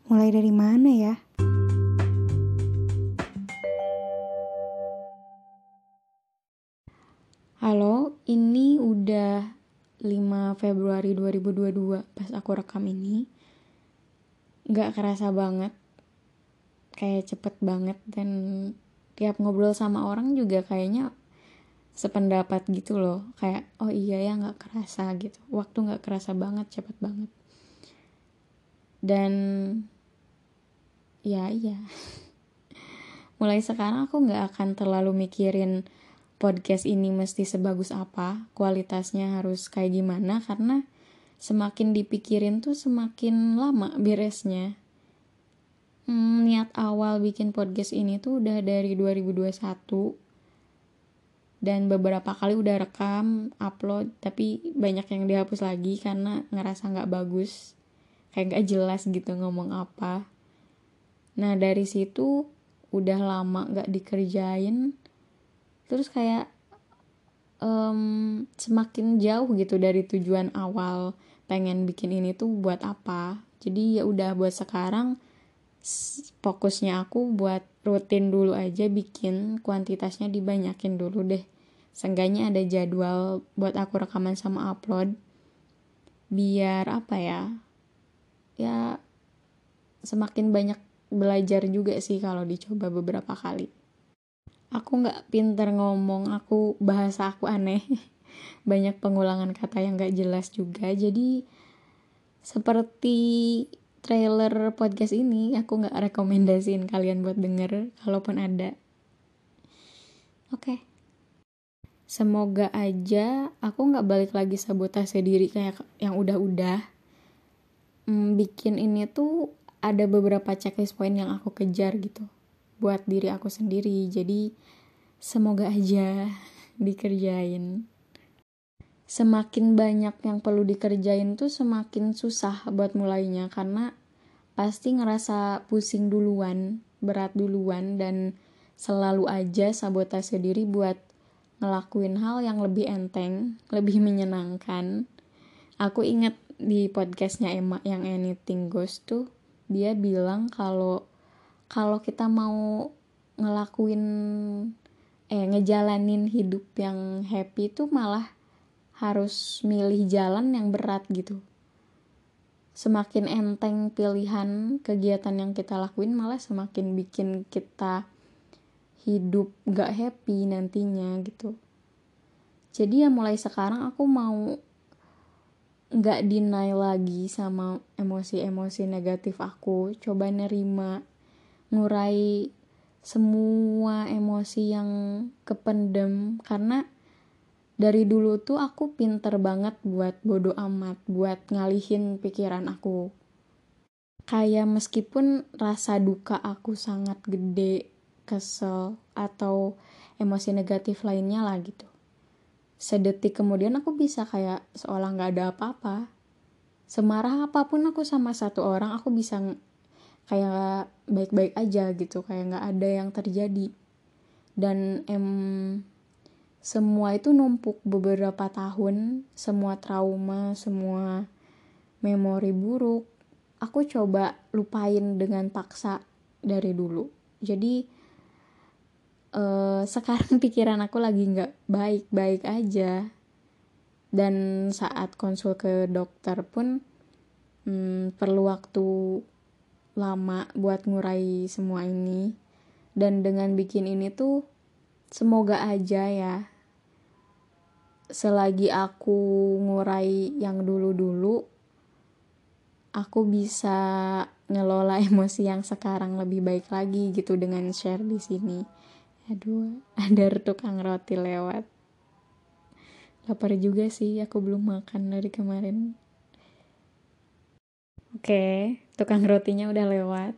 Mulai dari mana ya? Halo, ini udah 5 Februari 2022 pas aku rekam ini. Gak kerasa banget, kayak cepet banget. Dan tiap ngobrol sama orang juga kayaknya sependapat gitu loh. Kayak, oh iya ya gak kerasa gitu. Waktu gak kerasa banget, cepet banget. Dan ya iya. Mulai sekarang aku gak akan terlalu mikirin podcast ini mesti sebagus apa, kualitasnya harus kayak gimana, karena semakin dipikirin tuh semakin lama beresnya. Niat awal bikin podcast ini tuh udah dari 2021 dan beberapa kali udah rekam, upload, tapi banyak yang dihapus lagi karena ngerasa gak bagus, kayak gak jelas gitu ngomong apa. Nah dari situ udah lama gak dikerjain, terus kayak semakin jauh gitu dari tujuan awal pengen bikin ini tuh buat apa. Jadi ya udah buat sekarang fokusnya aku buat rutin dulu aja bikin, kuantitasnya dibanyakin dulu deh. Seenggaknya ada jadwal buat aku rekaman sama upload. Biar apa ya? Ya semakin banyak belajar juga sih kalau dicoba beberapa kali. Aku gak pinter ngomong, bahasa aku aneh. Banyak pengulangan kata yang gak jelas juga. Jadi seperti trailer podcast ini, aku gak rekomendasiin kalian buat denger kalaupun ada. Oke. Semoga aja aku gak balik lagi sabotase diri kayak yang udah-udah. Bikin ini tuh ada beberapa checklist point yang aku kejar gitu buat diri aku sendiri. Jadi semoga aja dikerjain. Semakin banyak yang perlu dikerjain tuh semakin susah buat mulainya, karena pasti ngerasa pusing duluan, berat duluan, dan selalu aja sabotase diri buat ngelakuin hal yang lebih enteng, lebih menyenangkan. Aku inget di podcastnya Emma yang Anything Goes tuh, dia bilang kalau kita mau ngejalanin hidup yang happy tuh malah harus milih jalan yang berat gitu. Semakin enteng pilihan kegiatan yang kita lakuin, malah semakin bikin kita hidup gak happy nantinya gitu. Jadi ya mulai sekarang aku mau gak deny lagi sama emosi-emosi negatif aku. Coba nerima, ngurai semua emosi yang kependem, karena dari dulu tuh aku pinter banget buat bodo amat, buat ngalihin pikiran aku. Kayak meskipun rasa duka aku sangat gede, kesel, atau emosi negatif lainnya lah gitu, sedetik kemudian aku bisa kayak seolah gak ada apa-apa. Semarah apapun aku sama satu orang, aku bisa kayak baik-baik aja gitu, kayak gak ada yang terjadi. Dan semua itu numpuk beberapa tahun, semua trauma, semua memori buruk, aku coba lupain dengan paksa dari dulu. Jadi sekarang pikiran aku lagi gak baik-baik aja. Dan saat konsul ke dokter pun perlu waktu lama buat ngurai semua ini. Dan dengan bikin ini tuh semoga aja ya, selagi aku ngurai yang dulu-dulu, aku bisa ngelola emosi yang sekarang lebih baik lagi gitu dengan share di sini. Aduh, ada tukang roti lewat. Lapar juga sih, aku belum makan dari kemarin. Oke, tukang rotinya udah lewat.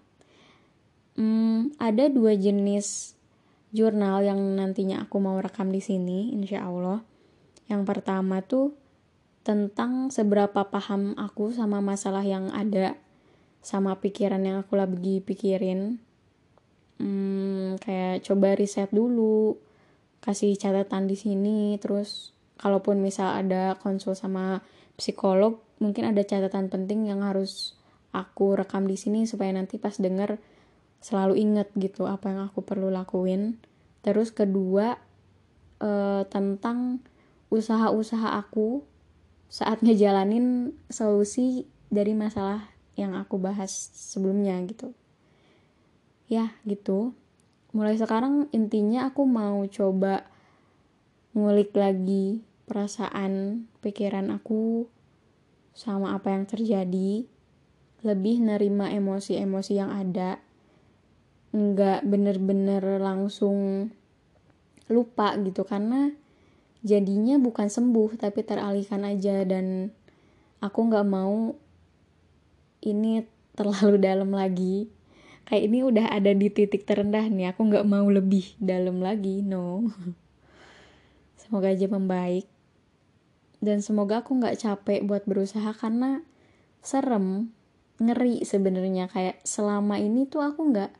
Ada 2 jenis jurnal yang nantinya aku mau rekam di sini, insya Allah. Yang pertama tuh tentang seberapa paham aku sama masalah yang ada, sama pikiran yang aku lagi pikirin. Kayak coba riset dulu, kasih catatan di sini, terus kalaupun misal ada konsul sama psikolog, mungkin ada catatan penting yang harus aku rekam di sini supaya nanti pas denger selalu inget gitu apa yang aku perlu lakuin. Terus kedua, tentang usaha-usaha aku saat ngejalanin solusi dari masalah yang aku bahas sebelumnya gitu. Ya gitu. Mulai sekarang intinya aku mau coba ngulik lagi perasaan, pikiran aku sama apa yang terjadi, lebih nerima emosi-emosi yang ada, nggak bener-bener langsung lupa gitu, karena jadinya bukan sembuh tapi teralihkan aja, dan aku nggak mau ini terlalu dalam lagi. Kayak ini udah ada di titik terendah nih, aku nggak mau lebih dalam lagi, no. Semoga aja membaik, dan semoga aku nggak capek buat berusaha, karena serem, ngeri sebenarnya. Kayak selama ini tuh aku nggak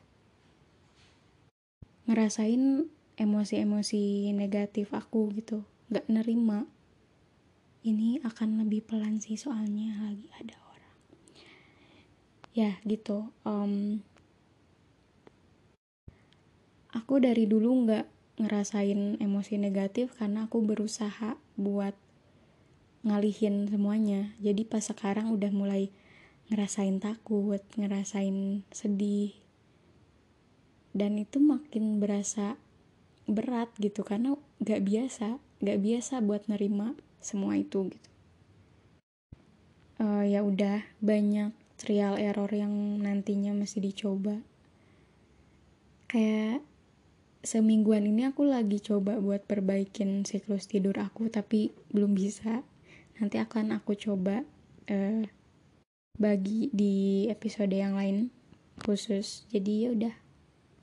ngerasain emosi-emosi negatif aku gitu, nggak nerima. Ini akan lebih pelan sih soalnya lagi ada orang. Ya gitu. Aku dari dulu nggak ngerasain emosi negatif karena aku berusaha buat ngalihin semuanya. Jadi pas sekarang udah mulai ngerasain takut, ngerasain sedih, dan itu makin berasa berat gitu, karena gak biasa buat nerima semua itu gitu. Ya udah, banyak trial error yang nantinya masih dicoba. Kayak semingguan ini aku lagi coba buat perbaikin siklus tidur aku, tapi belum bisa. Nanti akan aku coba bagi di episode yang lain khusus. Jadi ya udah,